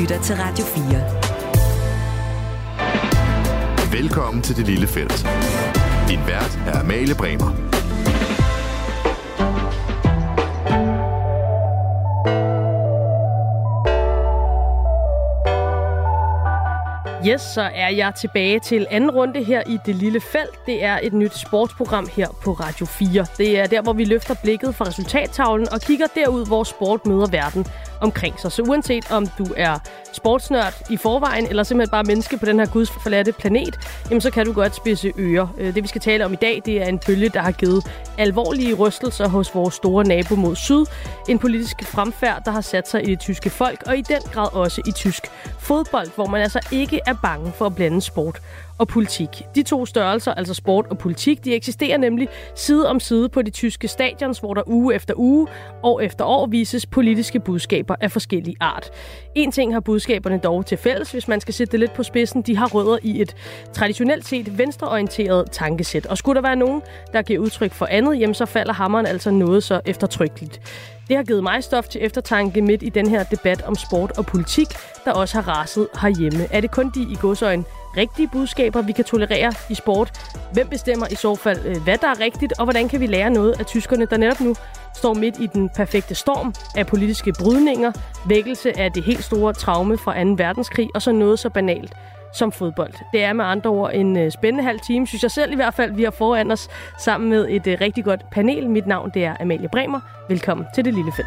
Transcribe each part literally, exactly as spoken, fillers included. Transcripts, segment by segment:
lytter til Radio fire. Velkommen til Det Lille Felt. Din vært er Amalie Bremer. Yes, så er jeg tilbage til anden runde her i Det Lille Felt. Det er et nyt sportsprogram her på Radio fire. Det er der, hvor vi løfter blikket fra resultattavlen og kigger derud, hvor sport møder verden omkring sig. Så uanset om du er sportsnørd i forvejen, eller simpelthen bare menneske på den her gudsforladte planet, jamen så kan du godt spidse ører. Det vi skal tale om i dag, det er en bølge, der har givet alvorlige rystelser hos vores store nabo mod syd. En politisk fremfærd, der har sat sig i det tyske folk, og i den grad også i tysk fodbold, hvor man altså ikke er bange for at blande sport og politik. De to størrelser, altså sport og politik, de eksisterer nemlig side om side på de tyske stadions, hvor der uge efter uge, år efter år vises politiske budskaber af forskellige art. En ting har budskaberne dog til fælles, hvis man skal sætte det lidt på spidsen. De har rødder i et traditionelt set venstreorienteret tankesæt. Og skulle der være nogen, der giver udtryk for andet, jamen så falder hammeren altså noget så eftertrykkeligt. Det har givet mig stof til eftertanke midt i den her debat om sport og politik, der også har raset herhjemme. Er det kun de i godsøjne rigtige budskaber, vi kan tolerere i sport? Hvem bestemmer i så fald, hvad der er rigtigt, og hvordan kan vi lære noget af tyskerne, der netop nu står midt i den perfekte storm af politiske brydninger, vækkelse af det helt store traume fra anden verdenskrig, og så noget så banalt som fodbold. Det er med andre ord en spændende halv time, synes jeg selv i hvert fald, vi har foran os sammen med et rigtig godt panel. Mit navn det er Amalie Bremer. Velkommen til Det Lille Felt.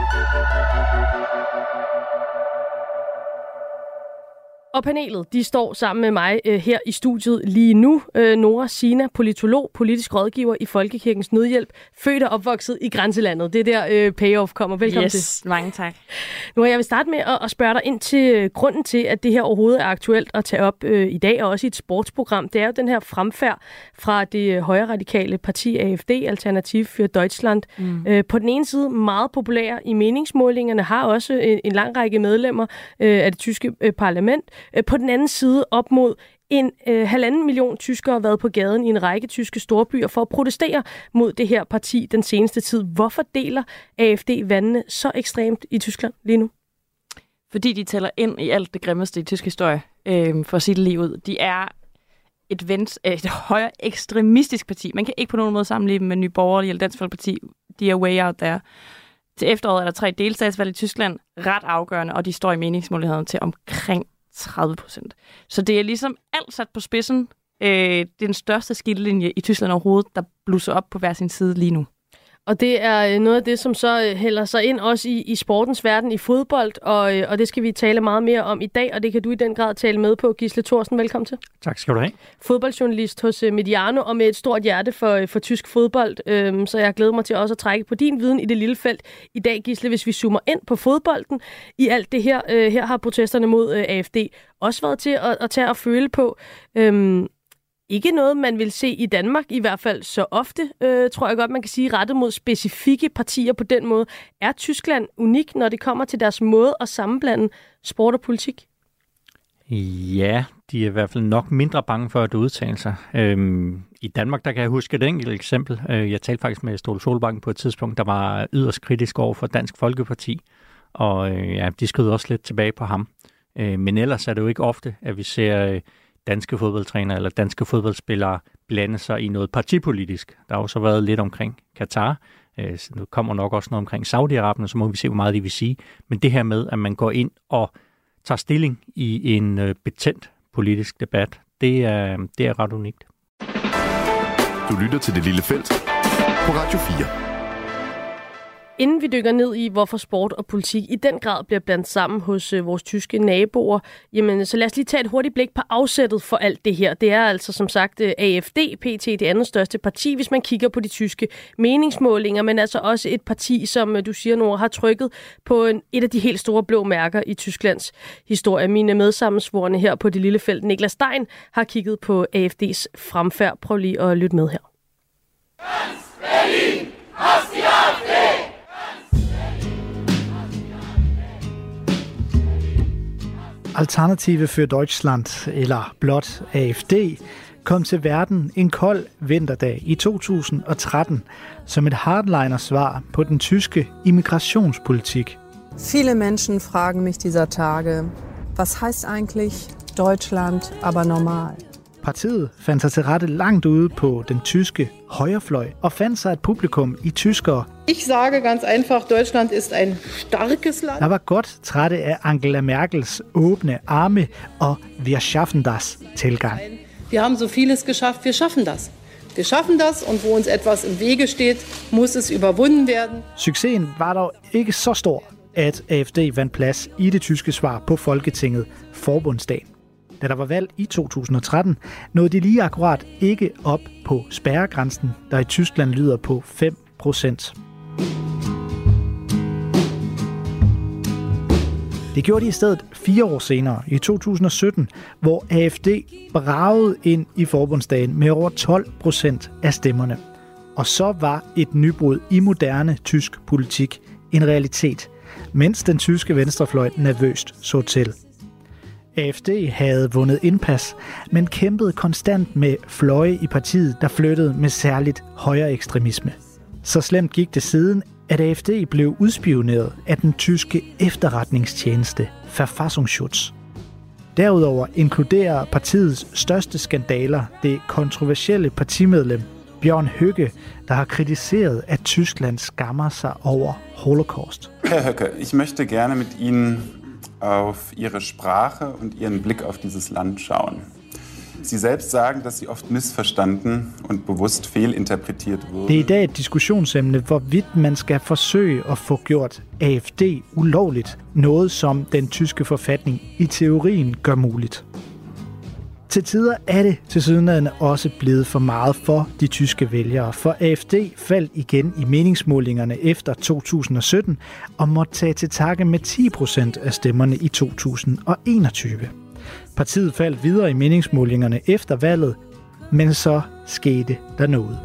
Og panelet, de står sammen med mig øh, her i studiet lige nu. Øh, Nora Sina, politolog, politisk rådgiver i Folkekirkens Nødhjælp, født og opvokset i grænselandet. Det er der øh, payoff kommer. Velkommen yes, til. Mange tak. Nora, jeg vil starte med at, at spørge dig ind til øh, grunden til, at det her overhovedet er aktuelt at tage op øh, i dag, og også i et sportsprogram. Det er jo den her fremfærd fra det øh, højre radikale parti A F D, Alternativ für Deutschland. Mm. Øh, på den ene side meget populær i meningsmålingerne, har også en, en lang række medlemmer øh, af det tyske øh, parlament. På den anden side op mod en øh, halvanden million tyskere har været på gaden i en række tyske storbyer for at protestere mod det her parti den seneste tid. Hvorfor deler A F D vandene så ekstremt i Tyskland lige nu? Fordi de tæller ind i alt det grimmeste i tysk historie, øh, for at sige det lige ud. De er et, vens, et højere ekstremistisk parti. Man kan ikke på nogen måde sammenligne dem med Nye Borgerlige eller Dansk Folkeparti. De er way out there. Til efteråret er der tre delstatsvalg i Tyskland, ret afgørende, og de står i meningsmålingerne til omkring tredive procent. Så det er ligesom alt sat på spidsen. Øh, det er den største skillelinje i Tyskland overhovedet, der blusser op på hver sin side lige nu. Og det er noget af det, som så hælder sig ind også i, i sportens verden, i fodbold, og, og det skal vi tale meget mere om i dag, og det kan du i den grad tale med på. Gisle Thorsen, velkommen til. Tak skal du have. Fodboldjournalist hos Mediano, og med et stort hjerte for, for tysk fodbold, øhm, så jeg glæder mig til også at trække på din viden i Det Lille Felt i dag, Gisle, hvis vi zoomer ind på fodbolden. I alt det her, øh, her har protesterne mod øh, A F D også været til at, at tage og føle på. Øhm, Ikke noget, man vil se i Danmark, i hvert fald så ofte, øh, tror jeg godt, man kan sige, rettet mod specifikke partier på den måde. Er Tyskland unik, når det kommer til deres måde at sammenblande sport og politik? Ja, de er i hvert fald nok mindre bange for at udtale sig. Øhm, I Danmark, der kan jeg huske et enkelt eksempel. Jeg talte faktisk med Ståle Solbakken på et tidspunkt, der var yderst kritisk over for Dansk Folkeparti, og øh, ja, de skød også lidt tilbage på ham. Øh, men ellers er det jo ikke ofte, at vi ser øh, danske fodboldtrænere eller danske fodboldspillere blande sig i noget partipolitisk. Der har også været lidt omkring Katar. Øh, nu kommer nok også noget omkring Saudi-Arabien, så må vi se, hvor meget de vil sige. Men det her med, at man går ind og tager stilling i en øh, betændt politisk debat, det er, det er ret unikt. Du lytter til Det Lille Felt på Radio fire. Inden vi dykker ned i, hvorfor sport og politik i den grad bliver blandt sammen hos øh, vores tyske naboer, jamen, så lad os lige tage et hurtigt blik på afsættet for alt det her. Det er altså som sagt øh, A F D, P T, det andet største parti, hvis man kigger på de tyske meningsmålinger, men altså også et parti, som øh, du siger, Nora, har trykket på en, et af de helt store blå mærker i Tysklands historie. Mine medsammensvorne her på Det Lille Felt, Niklas Stein, har kigget på A F D's fremfærd. Prøv lige at lytte med her. Ganz Berlin, hast die A F D! Alternative für Deutschland, eller blot A F D, kom til verden en kold vinterdag i to tusind og tretten som et hardliner-svar på den tyske immigrationspolitik. Viele Menschen fragen mich dieser Tage, Was heißt eigentlich Deutschland, aber normal? Partiet fandt sig til rette langt ude på den tyske højrefløj og fandt sig et publikum i tyskere. Ich sage ganz einfach, Deutschland ist ein starkes Land. Der var godt trætte af Angela Merkels åbne arme og Wir schaffen das tilgang. Wir haben so vieles geschafft, wir schaffen das. Wir schaffen das, und wo uns etwas im Wege steht, muss es überwunden werden. Succesen var dog ikke så stor, at A F D vandt plads i det tyske svar på Folketinget Forbundsdagen. Da der var valg i to tusind og tretten, nåede de lige akkurat ikke op på spærregrænsen, der i Tyskland lyder på fem procent. Det gjorde de i stedet fire år senere, i to tusind og sytten, hvor A F D bragede ind i Forbundsdagen med over tolv procent af stemmerne. Og så var et nybrud i moderne tysk politik en realitet, mens den tyske venstrefløj nervøst så til. A F D havde vundet indpas, men kæmpede konstant med fløje i partiet, der flyttede med særligt højre ekstremisme. Så slemt gik det siden, at A F D blev udspioneret af den tyske efterretningstjeneste Verfassungsschutz. Derudover inkluderer partiets største skandaler det kontroversielle partimedlem Bjørn Høcke, der har kritiseret, at Tyskland skammer sig over Holocaust. Herr Höcke, ich möchte gerne mit Ihnen auf Ihre Sprache und Ihren Blick auf dieses Land schauen. Sie selbst sagen, dass Sie oft missverstanden und bewusst fehlinterpretiert wurden. Det er i dag et diskussionsemne, hvorvidt man skal forsøge at få gjort A F D ulovligt, noget som den tyske forfatning i teorien gør muligt. Til tider er det tilsyneladende også blevet for meget for de tyske vælgere, for A F D faldt igen i meningsmålingerne efter to tusind og sytten og måtte tage til takke med ti procent af stemmerne i to tusind og enogtyve. Partiet faldt videre i meningsmålingerne efter valget, men så skete der noget.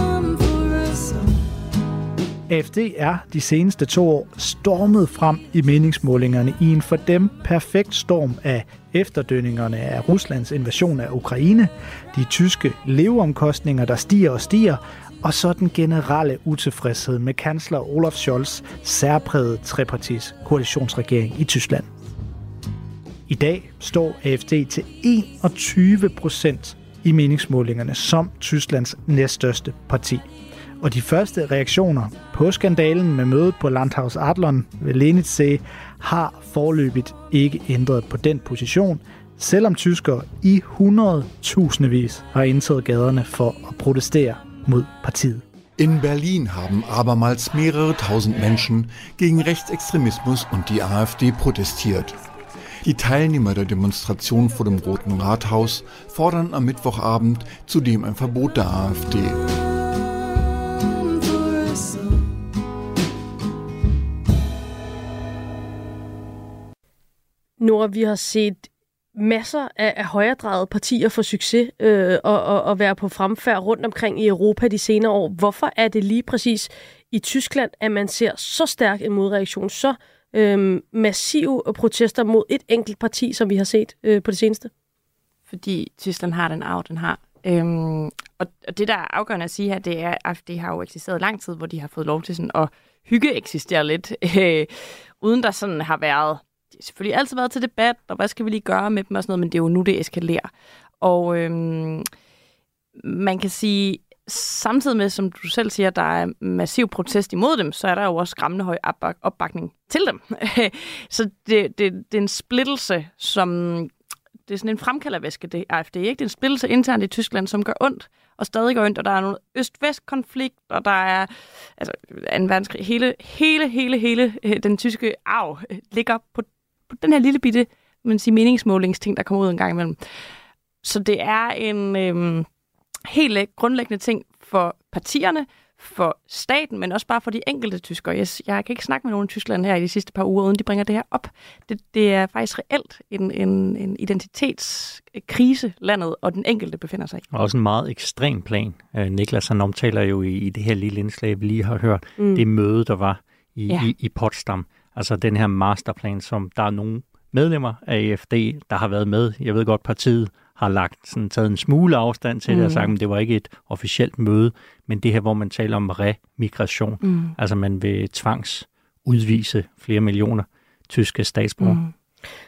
A F D er de seneste to år stormet frem i meningsmålingerne i en for dem perfekt storm af efterdønningerne af Ruslands invasion af Ukraine, de tyske leveomkostninger, der stiger og stiger, og så den generelle utilfredshed med kansler Olaf Scholz' særprægede trepartis koalitionsregering i Tyskland. I dag står A F D til enogtyve procent i meningsmålingerne som Tysklands næststørste parti. Og de første reaktioner på skandalen med mødet på Landhaus Adlon ved Lenitzsee har foreløbigt ikke ændret på den position, selvom tyskere i hundredtusindvis har indtaget gaderne for at protestere mod partiet. In Berlin haben abermals mehrere tausend Menschen gegen Rechtsextremismus und die AfD protestiert. Die Teilnehmer der Demonstration vor dem Roten Rathaus fordern am Mittwochabend zudem ein Verbot der AfD. Nora, vi har set masser af, af højredrejede partier få succes øh, og, og, og være på fremfærd rundt omkring i Europa de senere år. Hvorfor er det lige præcis i Tyskland, at man ser så stærk en modreaktion, så øh, massive protester mod et enkelt parti, som vi har set øh, på det seneste? Fordi Tyskland har den arv, den har. Øhm, og, og det, der er afgørende at sige her, det er, at A F D har jo eksisteret lang tid, hvor de har fået lov til sådan at hygge eksistere lidt, øh, uden der sådan har været... Det har selvfølgelig altid været til debat, og hvad skal vi lige gøre med dem og sådan noget, men det er jo nu, det eskalerer. Og øhm, man kan sige, samtidig med, som du selv siger, der er massiv protest imod dem, så er der jo også skræmmende høj opbak- opbakning til dem. Så det, det, det er en splittelse, som... Det er sådan en fremkaldervæske, det A F D, ikke? Det er en splittelse internt i Tyskland, som gør ondt, og stadig gør ondt, og der er nogle øst-vest-konflikt, og der er altså anden verdenskrig. Hele, hele, hele, hele den tyske arv ligger på, på den her lille bitte, man siger, meningsmålingsting, der kommer ud en gang imellem. Så det er en øhm, helt grundlæggende ting for partierne, for staten, men også bare for de enkelte tyskere. Jeg, jeg kan ikke snakke med nogen i Tyskland her i de sidste par uger, uden de bringer det her op. Det, det er faktisk reelt en, en, en identitetskrise, landet og den enkelte befinder sig i. Og også en meget ekstrem plan. Niklas, han omtaler jo i, i det her lille indslag, vi lige har hørt, mm. det møde, der var i, ja. i, i Potsdam. Altså den her masterplan, som der er nogle medlemmer af A F D, der har været med. Jeg ved godt, partiet har lagt sådan, taget en smule afstand til mm. det og sagt, at det var ikke et officielt møde, men det her, hvor man taler om remigration. Mm. Altså man vil tvangsudvise flere millioner tyske statsborgere. Mm.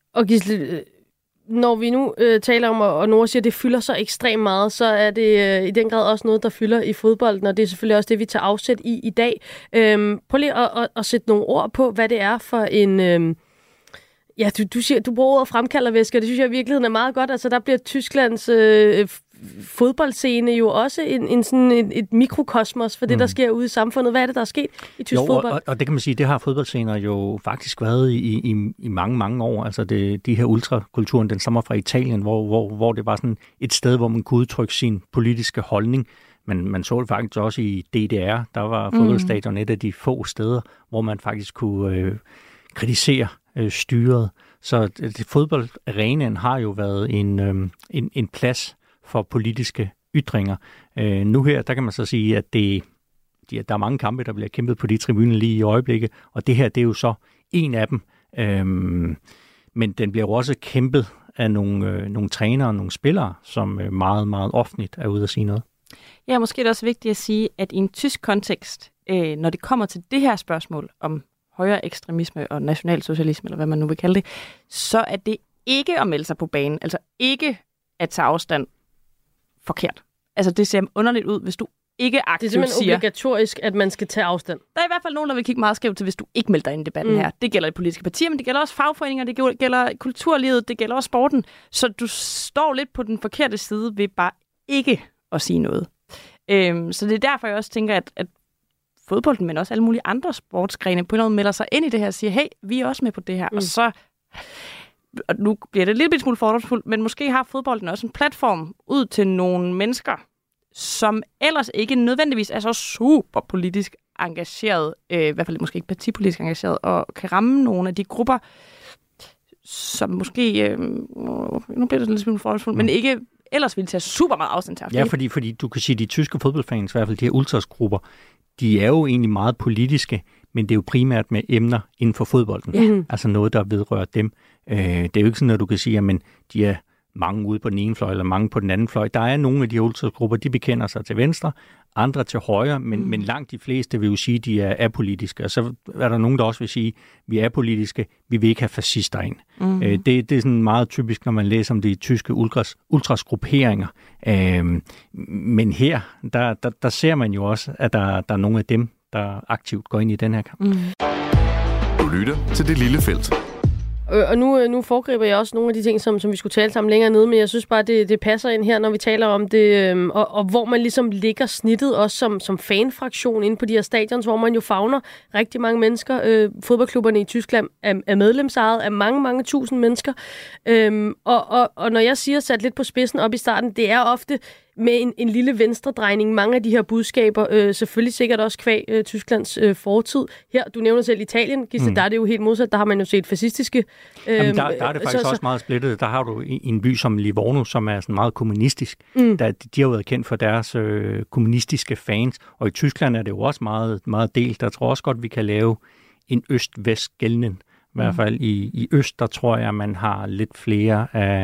Og Gisle, når vi nu øh, taler om, og Nora siger, at det fylder så ekstremt meget, så er det øh, i den grad også noget, der fylder i fodbolden, og det er selvfølgelig også det, vi tager afsæt i i dag. Øhm, prøv lige at, at, at sætte nogle ord på, hvad det er for en... Øh, ja, du, du, siger, du bruger ordet fremkaldervæske, og det synes jeg i virkeligheden er meget godt. Altså, der bliver Tysklands øh, fodboldscene jo også en, en sådan et, et mikrokosmos for det, mm. der sker ude i samfundet. Hvad er det, der er sket i tysk jo, fodbold? Og, og det kan man sige, det har fodboldscener jo faktisk været i, i, i mange, mange år. Altså det, de her ultrakulturen, den stammer fra Italien, hvor, hvor, hvor det var sådan et sted, hvor man kunne udtrykke sin politiske holdning. Men man så det faktisk også i D D R. Der var fodboldstadion et af de få steder, hvor man faktisk kunne øh, kritisere øh, styret. Så det, fodboldarenaen har jo været en, øh, en, en plads for politiske ytringer. Øh, nu her, der kan man så sige, at det, de, der er mange kampe, der bliver kæmpet på de tribuner lige i øjeblikket, og det her, det er jo så en af dem. Øh, men den bliver jo også kæmpet af nogle, øh, nogle trænere og nogle spillere, som øh, meget, meget offentligt er ude at sige noget. Ja, måske er det også vigtigt at sige, at i en tysk kontekst, øh, når det kommer til det her spørgsmål om højere ekstremisme og nationalsocialisme, eller hvad man nu vil kalde det, så er det ikke at melde sig på banen, altså ikke at tage afstand forkert. Altså det ser underligt ud, hvis du ikke aktivt siger... Det er simpelthen obligatorisk, at man skal tage afstand. Der er i hvert fald nogen, der vil kigge meget skævt til, hvis du ikke melder dig ind i debatten mm. her. Det gælder i politiske partier, men det gælder også fagforeninger, det gælder kulturlivet, det gælder også sporten. Så du står lidt på den forkerte side ved bare ikke at sige noget. Øhm, så det er derfor, jeg også tænker, at, at fodbolden, men også alle mulige andre sportsgrene på en måde melder sig ind i det her og siger, hey, vi er også med på det her. Mm. Og så... Og nu bliver det lidt smule fordomsfuldt, men måske har fodbolden også en platform ud til nogle mennesker, som ellers ikke nødvendigvis er så super politisk engageret, øh, i hvert fald måske ikke partipolitisk engageret, og kan ramme nogle af de grupper, som måske, øh, nu bliver det lidt smule fordomsfuldt, mm. men ikke ellers ville tage super meget afstand til. Ja, fordi, fordi du kan sige, at de tyske fodboldfans, i hvert fald de her ultrasgrupper, de er jo egentlig meget politiske, men det er jo primært med emner inden for fodbolden. Mm. Altså noget, der vedrører dem. Øh, det er jo ikke sådan, at du kan sige, at men, de er mange ude på den ene fløj, eller mange på den anden fløj. Der er nogle af de ultrasgrupper, de bekender sig til venstre, andre til højre, men, mm. men langt de fleste vil jo sige, at de er apolitiske. Og så er der nogen, der også vil sige, at vi er apolitiske, vi vil ikke have fascister ind. Mm. Øh, det, det er sådan meget typisk, når man læser om de tyske ultras, ultrasgrupperinger. Øh, men her, der, der, der ser man jo også, at der, der er nogle af dem, der aktivt går ind i den her kamp. Mm. Du lytter til Det Lille Felt. Og nu, nu foregriber jeg også nogle af de ting, som, som vi skulle tale sammen længere nede, men jeg synes bare, det, det passer ind her, når vi taler om det, øhm, og, og hvor man ligesom ligger snittet også som, som fanfraktion inde på de her stadions, hvor man jo favner rigtig mange mennesker. Øh, fodboldklubberne i Tyskland er, er medlemsejet af mange, mange tusind mennesker. Øhm, og, og, og når jeg siger sat lidt på spidsen op i starten, det er ofte med en, en lille venstredrejning. Mange af de her budskaber, øh, selvfølgelig sikkert også kvæg øh, Tysklands øh, fortid. Her, du nævner selv Italien, Gisle, mm. der er det jo helt modsat. Der har man jo set fascistiske... Øh, Jamen, der, der er det faktisk så, også meget splittet. Der har du i, i en by som Livorno, som er sådan meget kommunistisk. Mm. Der, de har været kendt for deres øh, kommunistiske fans. Og i Tyskland er det jo også meget, meget delt. Der tror også godt, vi kan lave en øst-vest gældende. I hvert fald i, i øst, der tror jeg, man har lidt flere af...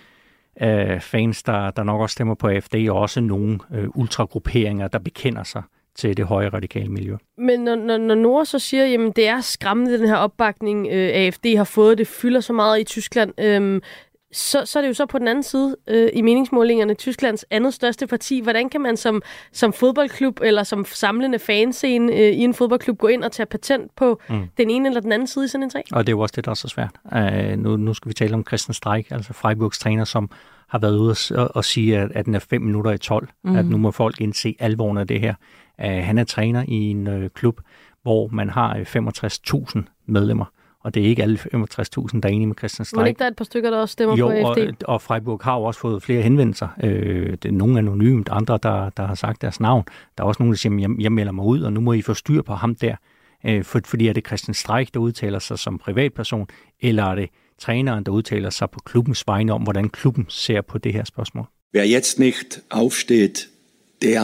Uh, fans, der, der nok også stemmer på A F D, og også nogle uh, ultragrupperinger, der bekender sig til det høje radikale miljø. Men når, når, når Nora så siger, jamen det er skræmmende, den her opbakning, uh, A F D har fået, det fylder så meget i Tyskland, um, så, så er det jo så på den anden side uh, i meningsmålingerne Tysklands andet største parti. Hvordan kan man som, som fodboldklub eller som samlende fanscene uh, i en fodboldklub gå ind og tage patent på mm. den ene eller den anden side i sådan en sag? Og det er jo også det, der er så svært. Uh, nu, nu skal vi tale om Christian Streich, altså Freiburgs træner, som har været ude og, og sige, at, at den er fem minutter i tolv. Mm. At nu må folk indse alvoren af det her. Uh, han er træner i en uh, klub, hvor man har femogtres tusind medlemmer. Og det er ikke alle femogtres tusind, der er enige med Christian Streich. Men ikke der er et par stykker, der også stemmer jo, på A F D? Jo, og, og Freiburg har jo også fået flere henvendelser. Øh, det er nogle anonymt, andre, der, der har sagt deres navn. Der er også nogle, der siger, jeg, jeg melder mig ud, og nu må I få styr på ham der. Øh, for, fordi er det Christian Streich, der udtaler sig som privatperson, eller er det træneren, der udtaler sig på klubbens vegne om, hvordan klubben ser på det her spørgsmål? Wer jetzt nicht aufsteht, der,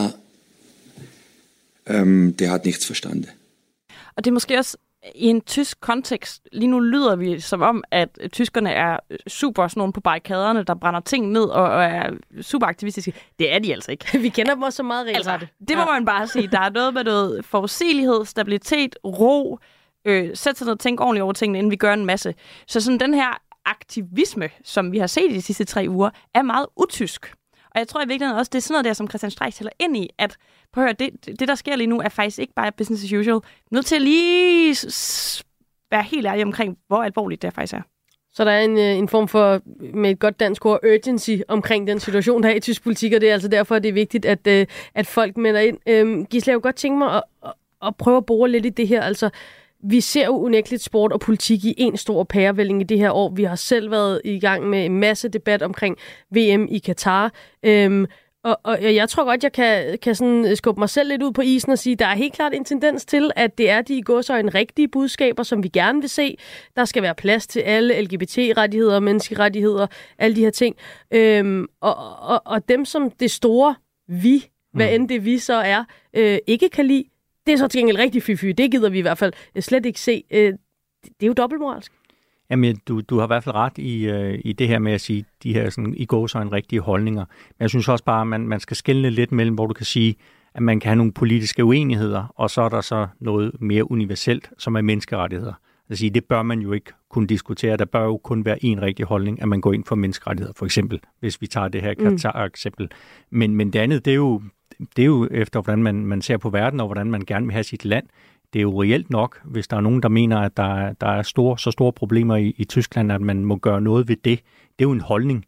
ähm, der hat nichts verstanden. Og det er måske også i en tysk kontekst. Lige nu lyder vi som om, at tyskerne er super sådan nogle på barrikaderne, der brænder ting ned og, og er super aktivistiske. Det er de altså ikke. Vi kender dem også så meget regelrette. Altså, det må ja. man bare sige. Der er noget med noget forudsigelighed, stabilitet, ro, øh, sætte sig ned og tænke ordentligt over tingene, inden vi gør en masse. Så sådan den her aktivisme, som vi har set i de sidste tre uger, er meget utysk. Og jeg tror i virkeligheden også, det er sådan noget der, som Christian Streich tæller ind i, at prøv at høre, det, det der sker lige nu, er faktisk ikke bare business as usual. Nødt til at lige s- være helt ærlig omkring, hvor alvorligt det faktisk er. Så der er en, en form for, med et godt dansk ord, urgency omkring den situation, der er i tysk politik, og det er altså derfor, det er vigtigt, at, at folk melder ind. Øhm, Gisle, jeg kunne godt tænke mig at, at, at prøve at bore lidt i det her. Altså, vi ser jo unægteligt sport og politik i en stor pærevælling i det her år. Vi har selv været i gang med en masse debat omkring V M i Katar. Øhm, og, og jeg tror godt, jeg kan, kan sådan skubbe mig selv lidt ud på isen og sige, at der er helt klart en tendens til, at det er de i gåseøjne rigtige budskaber, som vi gerne vil se. Der skal være plads til alle L G B T-rettigheder, menneskerettigheder, alle de her ting. Øhm, og, og, og dem, som det store vi, hvad end det vi så er, øh, ikke kan lide, det er så til gengæld rigtig fy-fy. Det gider vi i hvert fald slet ikke se. Det er jo dobbeltmoralsk. Jamen, du, du har i hvert fald ret i, uh, i det her med at sige, de her sådan, i gåseøjne rigtige holdninger. Men jeg synes også bare, at man, man skal skelne lidt mellem, hvor du kan sige, at man kan have nogle politiske uenigheder, og så er der så noget mere universelt, som er menneskerettigheder. Altså, det bør man jo ikke kunne diskutere. Der bør jo kun være en rigtig holdning, at man går ind for menneskerettigheder, for eksempel, hvis vi tager det her Katar-eksempel. Mm. Men, men det andet, det er jo Det er jo efter, hvordan man, man ser på verden, og hvordan man gerne vil have sit land. Det er jo reelt nok, hvis der er nogen, der mener, at der, der er store, så store problemer i, i Tyskland, at man må gøre noget ved det. Det er jo en holdning.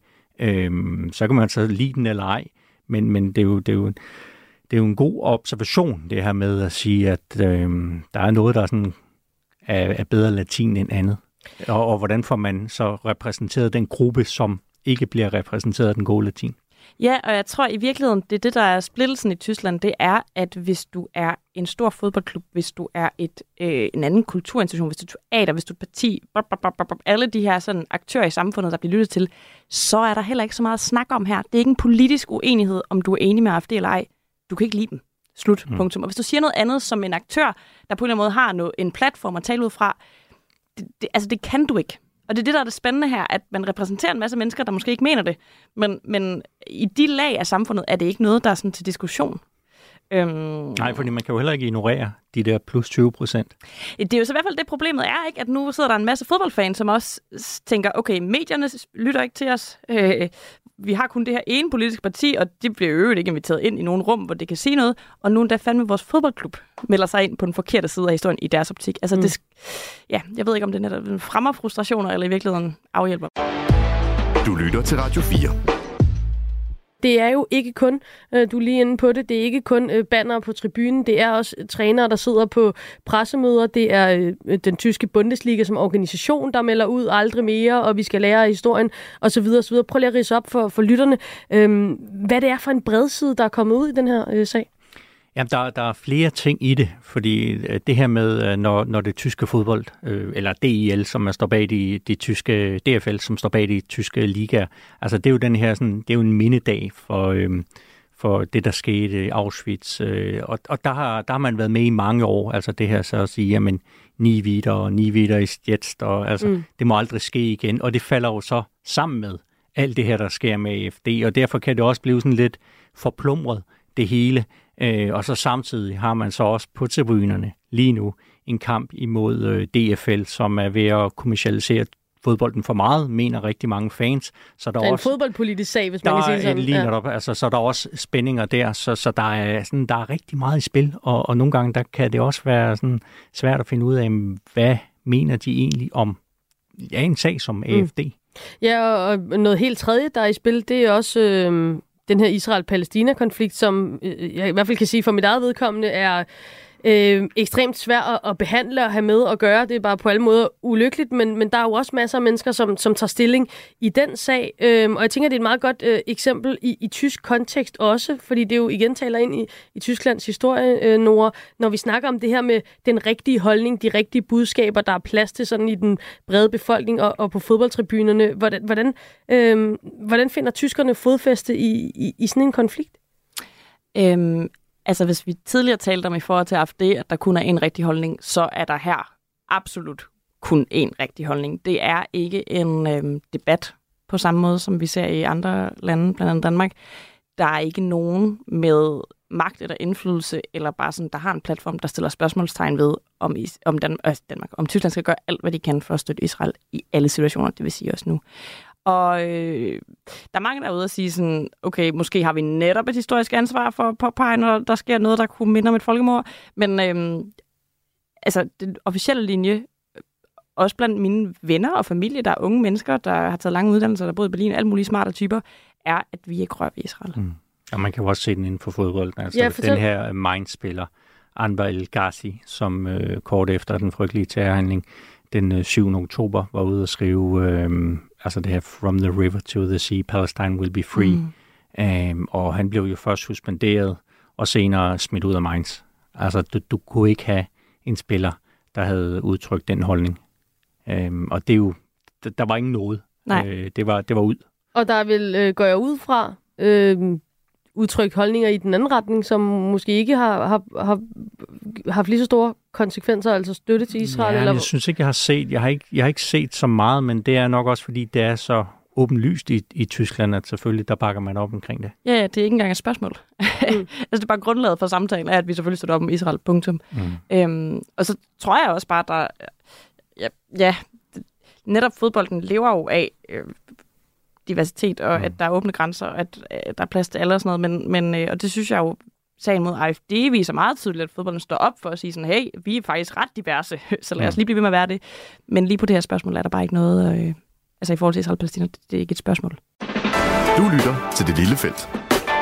Øhm, så kan man så lide den eller ej. Men, men det, er jo, det, er jo, det er jo en god observation, det her med at sige, at øhm, der er noget, der er, sådan, er, er bedre latin end andet. Og, og hvordan får man så repræsenteret den gruppe, som ikke bliver repræsenteret af den gode latin? Ja, og jeg tror i virkeligheden, det er det, der er splittelsen i Tyskland, det er, at hvis du er en stor fodboldklub, hvis du er et øh, en anden kulturinstitution, hvis du er teater, hvis du er et parti, bop, bop, bop, bop, alle de her sådan, aktører i samfundet, der bliver lyttet til, så er der heller ikke så meget at snakke om her. Det er ikke en politisk uenighed, om du er enig med A F D eller ej. Du kan ikke lide dem. Slut. Mm. Punktum. Og hvis du siger noget andet som en aktør, der på en eller anden måde har noget, en platform at tale ud fra, det, det, altså det kan du ikke. Og det er det, der er det spændende her, at man repræsenterer en masse mennesker, der måske ikke mener det. Men, men i de lag af samfundet er det ikke noget, der er sådan til diskussion. Øhm, Nej, fordi man kan jo heller ikke ignorere de der plus tyve procent. Det er jo så i hvert fald det, problemet er, ikke, at nu sidder der en masse fodboldfans, som også tænker, okay, medierne lytter ikke til os. Øh, vi har kun det her ene politiske parti, og de bliver jo ikke inviteret ind i nogle rum, hvor det kan sige noget. Og nu er der fandme vores fodboldklub melder sig ind på den forkerte side af historien i deres optik. Altså, mm. det, ja, jeg ved ikke, om det netop fremmer frustrationer, eller i virkeligheden afhjælper. Du lytter til Radio fire. Det er jo ikke kun, du er lige inde på det, det er ikke kun bannere på tribunen, det er også trænere, der sidder på pressemøder, det er den tyske Bundesliga som organisation, der melder ud aldrig mere, og vi skal lære af historien, osv. osv. Prøv lige at ridse op for, for lytterne, øhm, hvad det er for en bredside, der er kommet ud i den her øh, sag. Jamen, der, der er flere ting i det, fordi det her med, når, når det tyske fodbold, øh, eller D I L, som er står bag de, de tyske, D F L, som står bag de tyske ligaer, altså det er jo den her, sådan, det er jo en mindedag for, øh, for det, der skete i Auschwitz, øh, og, og der, har, der har man været med i mange år, altså det her så at sige, jamen, ni videre og ni videre i stjetst, og altså, mm. det må aldrig ske igen, og det falder jo så sammen med alt det her, der sker med A F D, og derfor kan det også blive sådan lidt forplumret, det hele. Øh, og så samtidig har man så også på tribunerne lige nu en kamp imod øh, D F L, som er ved at kommercialisere fodbolden for meget, mener rigtig mange fans. Så der, der er også, en fodboldpolitisk sag, hvis man kan sige sådan. Lige ja. der, altså, så er der også spændinger der, så, så der, er, sådan, der er rigtig meget i spil, og, og nogle gange der kan det også være sådan, svært at finde ud af, hvad mener de egentlig om ja, en sag som A F D. Mm. Ja, og noget helt tredje, der er i spil, det er også øh, den her Israel-Palæstina-konflikt, som øh, jeg i hvert fald kan sige for mit eget vedkommende er øh, ekstremt svær at, at behandle og have med at gøre. Det er bare på alle måder ulykkeligt, men, men der er jo også masser af mennesker, som, som tager stilling i den sag. Øh, og jeg tænker, det er et meget godt øh, eksempel i, i tysk kontekst også, fordi det jo igen taler ind i, i Tysklands historie, øh, Nora, når vi snakker om det her med den rigtige holdning, de rigtige budskaber, der er plads til sådan i den brede befolkning og, og på fodboldtribunerne. Hvordan, hvordan, øh, hvordan finder tyskerne fodfæste i, i, i sådan en konflikt? Øhm Altså, hvis vi tidligere talte om i forhold til A F D, at der kun er en rigtig holdning, så er der her absolut kun en rigtig holdning. Det er ikke en øhm, debat på samme måde, som vi ser i andre lande, blandt andet Danmark. Der er ikke nogen med magt eller indflydelse, eller bare sådan, der har en platform, der stiller spørgsmålstegn ved, om, om, Dan- øh, Danmark, om Tyskland skal gøre alt, hvad de kan for at støtte Israel i alle situationer, det vil sige også nu. Og øh, der er mange, der er ude og sige sådan, okay, måske har vi netop et historisk ansvar for at påpege, når der sker noget, der kunne minde om et folkemord. Men øh, altså, den officielle linje, også blandt mine venner og familie, der er unge mennesker, der har taget lange uddannelser, der boet i Berlin, alle mulige smarte typer, er, at vi ikke rører ved Israel. Mm. Og man kan jo også se den inden for fodbold. Altså, ja, den her Mainz-spiller, Anbar El-Ghazi, som øh, kort efter den frygtelige terrorhandling den øh, syvende oktober var ude at skrive, øh, altså det her From the River to the Sea, Palestine will be free. Mm. Um, og han blev jo først suspenderet, og senere smidt ud af Mainz. Altså, du, du kunne ikke have en spiller, der havde udtrykt den holdning. Um, og det er jo, der, der var ingen noget. Uh, det, var, det var ud. Og der vil, øh, går jeg ud fra, øh, udtrykt holdninger i den anden retning, som måske ikke har, har, har haft lige så store konsekvenser, altså støtte til Israel? Ja, eller? Jeg synes ikke, jeg har set. Jeg har ikke, jeg har ikke set så meget, men det er nok også, fordi det er så åbenlyst i, i Tyskland, at selvfølgelig, der bakker man op omkring det. Ja, det er ikke engang et spørgsmål. Mm. altså, det er bare grundlaget for samtalen, er, at vi selvfølgelig støtter op om Israel, punktum. Mm. Øhm, og så tror jeg også bare, der ja, ja netop fodbolden lever jo af øh, diversitet, og mm. at der er åbne grænser, og at øh, der er plads til alle og sådan noget, men, men øh, og det synes jeg jo, sagen mod A F D viser meget tydeligt, at fodbolden står op for at sige sådan, hey, vi er faktisk ret diverse, så lad os lige blive ved med at være det. Men lige på det her spørgsmål er der bare ikke noget, øh, altså i forhold til Israel og Palæstina, det, det er ikke et spørgsmål. Du lytter til Det Lille Felt.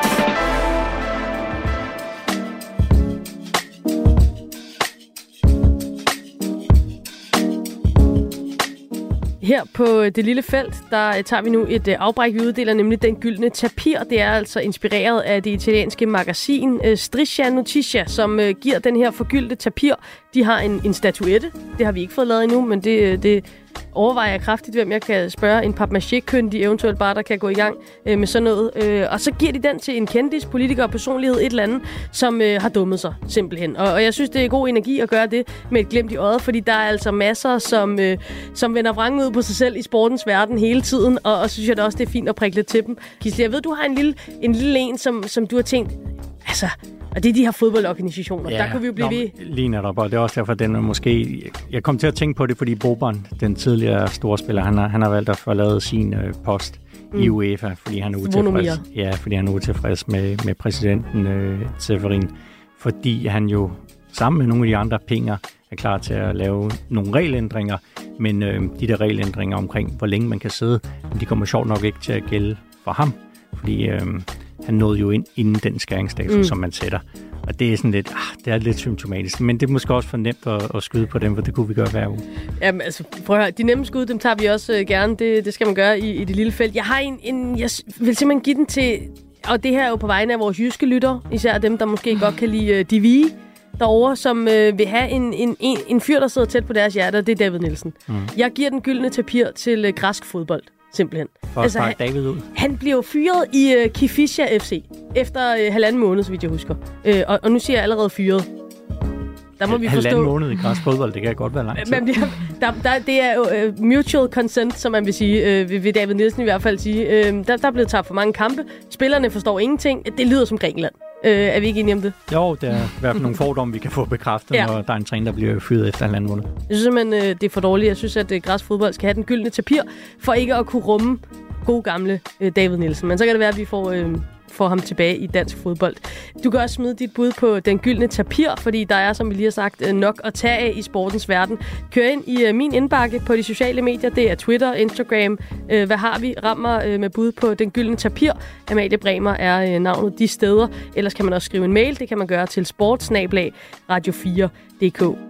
Her på Det Lille Felt, der tager vi nu et afbræk. Vi uddeler nemlig den gyldne tapir. Det er altså inspireret af det italienske magasin Striscia Notizia, som giver den her forgyldte tapir. De har en, en statuette. Det har vi ikke fået lavet endnu, men det, det overvejer jeg kraftigt, hvem jeg kan spørge. En papmaché-kyndig eventuelt bare, der kan gå i gang øh, med sådan noget. Øh, og så giver de den til en kendis, politiker og personlighed, et eller andet, som øh, har dummet sig simpelthen. Og, og jeg synes, det er god energi at gøre det med et glimt i øjet, fordi der er altså masser, som, øh, som vender vrangen ud på sig selv i sportens verden hele tiden. Og, og synes jeg da også, det er fint at prikke lidt til dem. Gisli, jeg ved, du har en lille en, lille en som, som du har tænkt, altså... Og det er de her fodboldorganisationer. Ja, der kan vi jo blive ved. Lige netop, og det er også derfor, den er måske... Jeg kom til at tænke på det, fordi Boban, den tidligere storspiller, han har, han har valgt at forlade sin øh, post mm. i UEFA, fordi han er utilfreds, ja, fordi han er utilfreds med, med præsidenten øh, Severin. Fordi han jo sammen med nogle af de andre pinger er klar til at lave nogle regelændringer, men øh, de der regelændringer omkring, hvor længe man kan sidde, de kommer sjovt nok ikke til at gælde for ham, fordi... Øh, han nåede jo ind inden den skæringsdato, mm. som man sætter. Og det er sådan lidt, ah, det er lidt symptomatisk. Men det er måske også for nemt at, at skyde på dem, for det kunne vi gøre hver uge. Jamen altså, prøv at høre, de nemme skud, dem tager vi også øh, gerne. Det, det skal man gøre i, i Det Lille Felt. Jeg har en, en, jeg vil simpelthen give den til, og det her er jo på vegne af vores jyske lytter, især dem, der måske godt kan lide uh, de vige derovre, som øh, vil have en, en, en, en fyr, der sidder tæt på deres hjerte, og det er David Nielsen. Mm. Jeg giver den gyldne tapir til øh, græsk fodbold. Simpelthen. For altså, han, David ud. Han blev fyret i uh, Kifissia F C efter uh, halvanden måned, så vidt jeg husker. Uh, og, og nu siger jeg allerede fyret. Der må vi forstå... Halvanden måned i græsk fodbold, det kan godt være lang tid. Men, der, der, det er uh, mutual consent, som man vil sige, uh, vil David Nielsen i hvert fald sige. Uh, der, der er blevet tabt for mange kampe. Spillerne forstår ingenting. Det lyder som Grækenland. Uh, er vi ikke enige om det? Jo, det er i hvert fald nogle fordomme, vi kan få bekræftet, ja. Når der er en træner, der bliver fyret efter halvanden måned. Jeg synes simpelthen, uh, det er for dårligt. Jeg synes, at uh, græsk fodbold skal have den gyldne tapir, for ikke at kunne rumme god gamle uh, David Nielsen. Men så kan det være, at vi får... Uh, får ham tilbage i dansk fodbold. Du kan også smide dit bud på den gyldne tapir, fordi der er, som vi lige har sagt, nok at tage af i sportens verden. Kør ind i min indbakke på de sociale medier. Det er Twitter, Instagram. Hvad har vi? Rammer med bud på den gyldne tapir. Amalie Bremer er navnet de steder. Ellers kan man også skrive en mail. Det kan man gøre til sport snabel-a radio fire punktum d k.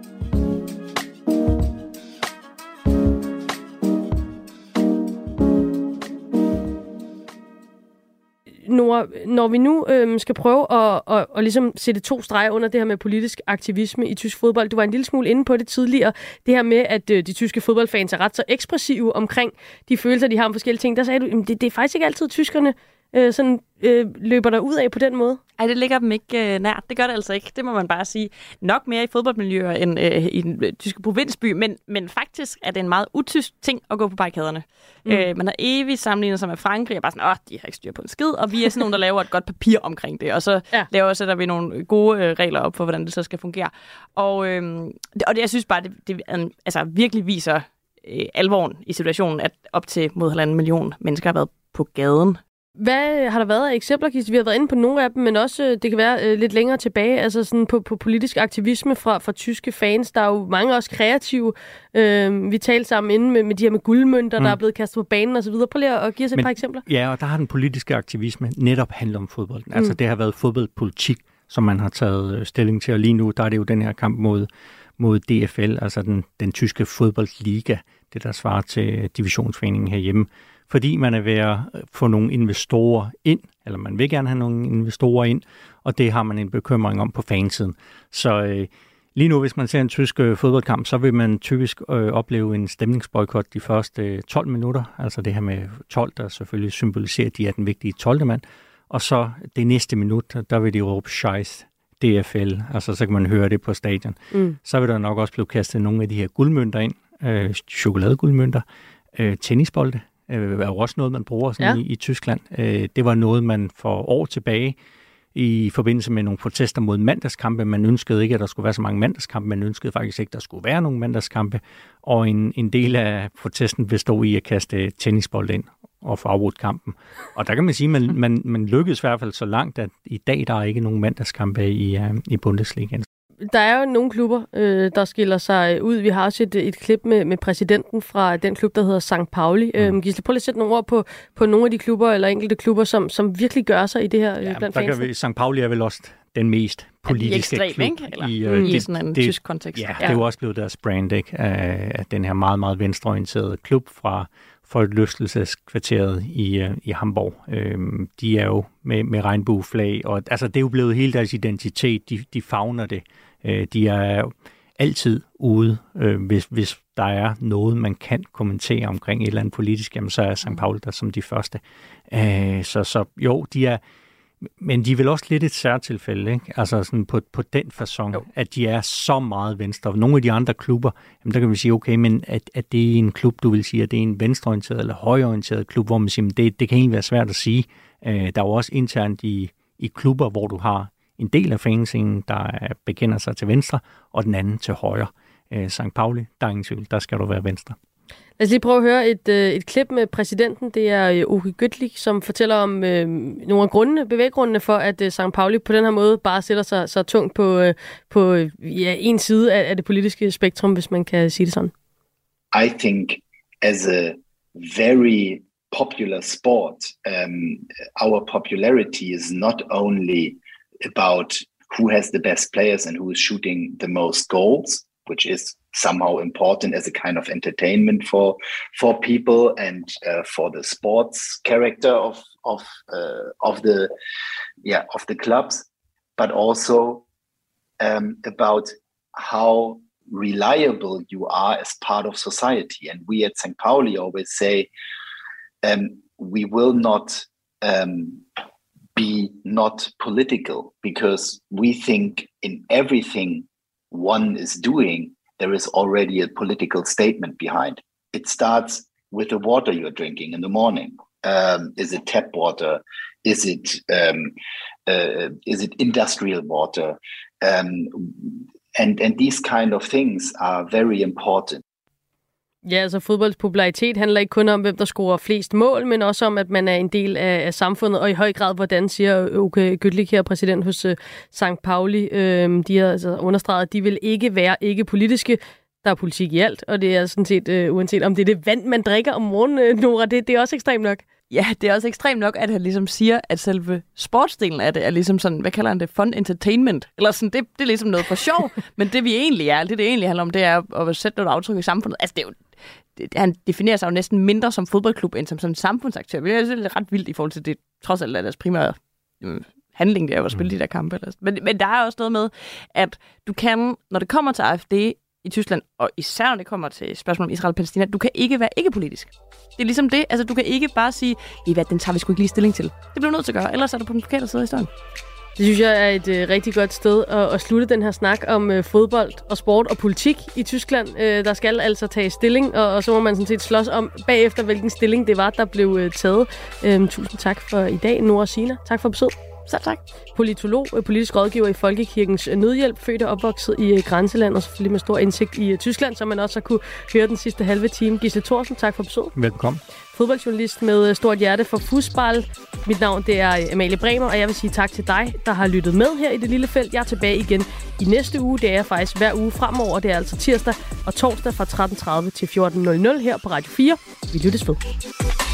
Nora, når vi nu øhm, skal prøve at, at, at ligesom sætte to streger under det her med politisk aktivisme i tysk fodbold. Du var en lille smule inde på det tidligere. Det her med, at øh, de tyske fodboldfans er ret så ekspressive omkring de følelser, de har om forskellige ting. Der sagde du, at det, det er faktisk ikke altid tyskerne øh, sådan øh, løber der ud af på den måde? Ej, det ligger dem ikke øh, nært. Det gør det altså ikke. Det må man bare sige. Nok mere i fodboldmiljøer end øh, i den øh, tyske provinsby, men, men faktisk er det en meget utysk ting at gå på barrikaderne. Mm. Øh, man har evigt sammenlignet sig med Frankrig, og bare sådan, åh, de har ikke styr på en skid, og vi er sådan nogle, der laver et godt papir omkring det, og så ja. laver, sætter vi nogle gode øh, regler op for, hvordan det så skal fungere. Og, øh, og det, jeg synes bare, det, det altså, virkelig viser øh, alvoren i situationen, at op til mod halvanden million mennesker har været på gaden. Hvad har der været af eksempler, Kirsten? Vi har været inde på nogle af dem, men også, det kan være øh, lidt længere tilbage, altså sådan på, på politisk aktivisme fra, fra tyske fans. Der er jo mange også kreative. Øh, vi talte sammen inde med, med de her med guldmønter, mm. der er blevet kastet på banen og så videre. Prøv lige at give os et men, par eksempler. Ja, og der har den politiske aktivisme netop handlet om fodbold. Mm. Altså det har været fodboldpolitik, som man har taget stilling til, og lige nu der er det jo den her kamp mod, mod D F L, altså den, den tyske fodboldliga, det der svarer til divisionsforeningen herhjemme. Fordi man er ved at få nogle investorer ind, eller man vil gerne have nogle investorer ind, og det har man en bekymring om på fansiden. Så øh, lige nu, hvis man ser en tysk øh, fodboldkamp, så vil man typisk øh, opleve en stemningsboykot de første øh, tolv minutter, altså det her med tolv, der selvfølgelig symboliserer, at de er den vigtige tolvte mand, og så det næste minut, der vil de råbe Scheiß, D F L, altså så kan man høre det på stadion. Mm. Så vil der nok også blive kastet nogle af de her guldmønter ind, øh, chokoladeguldmønter, øh, tennisbolde, er jo også noget, man bruger sådan ja. i, i Tyskland. Det var noget, man for år tilbage i forbindelse med nogle protester mod mandagskampe. Man ønskede ikke, at der skulle være så mange mandagskampe. Man ønskede faktisk ikke, at der skulle være nogle mandagskampe. Og en, en del af protesten bestod i at kaste tennisbold ind og få afbrudt kampen. Og der kan man sige, at man, man, man lykkedes i hvert fald så langt, at i dag der er ikke nogen mandagskampe i, i Bundesligaen. Der er jo nogle klubber, øh, der skiller sig ud. Vi har også et, et klip med, med præsidenten fra den klub, der hedder Sankt Pauli. Mm. Øhm, Gisle, prøv lige at sætte nogle ord på, på nogle af de klubber, eller enkelte klubber, som, som virkelig gør sig i det her ja, blandt fansene. Sankt Pauli er vel også den mest politiske ekstrem, klub. Ikke? Eller, i, mm. det, i sådan en det, tysk kontekst. Ja, ja, det er jo også blevet deres brand, ikke? Af, af den her meget, meget venstreorienterede klub fra Forlystelseskvarteret i, uh, i Hamburg. Øhm, de er jo med, med regnbueflag, og altså, det er jo blevet hele deres identitet. De, de favner det. De er altid ude, øh, hvis, hvis der er noget, man kan kommentere omkring et eller andet politisk, jamen så er Sankt Pauli der som de første. Øh, så, så jo, de er, men de er vel også lidt et særtilfælde, ikke? Altså sådan på, på den facon, jo. At de er så meget venstre. Nogle af de andre klubber, jamen der kan vi sige, okay, men at, at det er en klub, du vil sige, at det er en venstreorienteret eller højreorienteret klub, hvor man siger, men det, det kan egentlig være svært at sige. Øh, der er jo også internt i, i klubber, hvor du har en del af fanscenen, der bekender sig til venstre, og den anden til højre. Øh, Sankt Pauli, der er ingen tvivl, der skal du være venstre. Lad os lige prøve at høre et, øh, et klip med præsidenten. Det er øh, Uwe Göttlich, som fortæller om øh, nogle af grundene, bevæggrundene for, at øh, Sankt Pauli på den her måde bare sætter sig så tungt på, øh, på ja, en side af, af det politiske spektrum, hvis man kan sige det sådan. I think as a very popular sport, um, our popularity is not only about who has the best players and who is shooting the most goals, which is somehow important as a kind of entertainment for for people and uh, for the sports character of of uh, of the yeah of the clubs, but also um, about how reliable you are as part of society. And we at Sankt Pauli always say um, we will not um, be not political, because we think in everything one is doing, there is already a political statement behind. It starts with the water you're drinking in the morning. Um, is it tap water? Is it um, uh, is it industrial water? Um, and and these kind of things are very important. Ja, altså fodbolds popularitet handler ikke kun om, hvem der scorer flest mål, men også om, at man er en del af, af samfundet, og i høj grad, hvordan siger Uwe Göttlich her, præsident hos uh, Sankt Pauli, øh, de har altså understreget, at de vil ikke være ikke politiske. Der er politik i alt, og det er sådan set, øh, uanset om det er det vand, man drikker om morgenen, øh, Nora, det, det er også ekstremt nok. Ja, det er også ekstremt nok, at han ligesom siger, at selve sportsdelen af det er ligesom sådan, hvad kalder han det, fun entertainment? Eller sådan, det, det er ligesom noget for sjov, men det vi egentlig er, det det egentlig handler om, det er at sætte noget aftryk i samfundet. Altså, det er jo, det, han definerer sig jo næsten mindre som fodboldklub, end som sådan en samfundsaktør. Det er ret vildt i forhold til det, trods alt er deres primære øh, handling, det er jo at spille de der kampe. Eller. Men, men der er også noget med, at du kan, når det kommer til A F D, i Tyskland, og især når det kommer til spørgsmål om Israel og Palæstina, du kan ikke være ikke-politisk. Det er ligesom det. Altså, du kan ikke bare sige, ved hvad, den tager vi sgu ikke lige stilling til. Det bliver du nødt til at gøre, ellers er du på den forkerte side af historien. Det synes jeg er et øh, rigtig godt sted at, at slutte den her snak om øh, fodbold og sport og politik i Tyskland. Øh, der skal altså tage stilling, og, og så må man sådan set slås om bagefter, hvilken stilling det var, der blev øh, taget. Øh, tusind tak for i dag, Nora Sina. Tak for besøget. Selv tak. Politolog, politisk rådgiver i Folkekirkens Nødhjælp, født og opvokset i grænseland, og selvfølgelig med stor indsigt i Tyskland, som man også har kunne høre den sidste halve time. Gisle Thorsen, tak for besøget. Velkommen. Fodboldjournalist med stort hjerte for fodbold. Mit navn det er Amalie Bremer, og jeg vil sige tak til dig, der har lyttet med her i Det Lille Felt. Jeg er tilbage igen i næste uge. Det er faktisk hver uge fremover. Det er altså tirsdag og torsdag fra tretten tredive til fjorten nul nul her på Radio fire. Vi lyttes ved.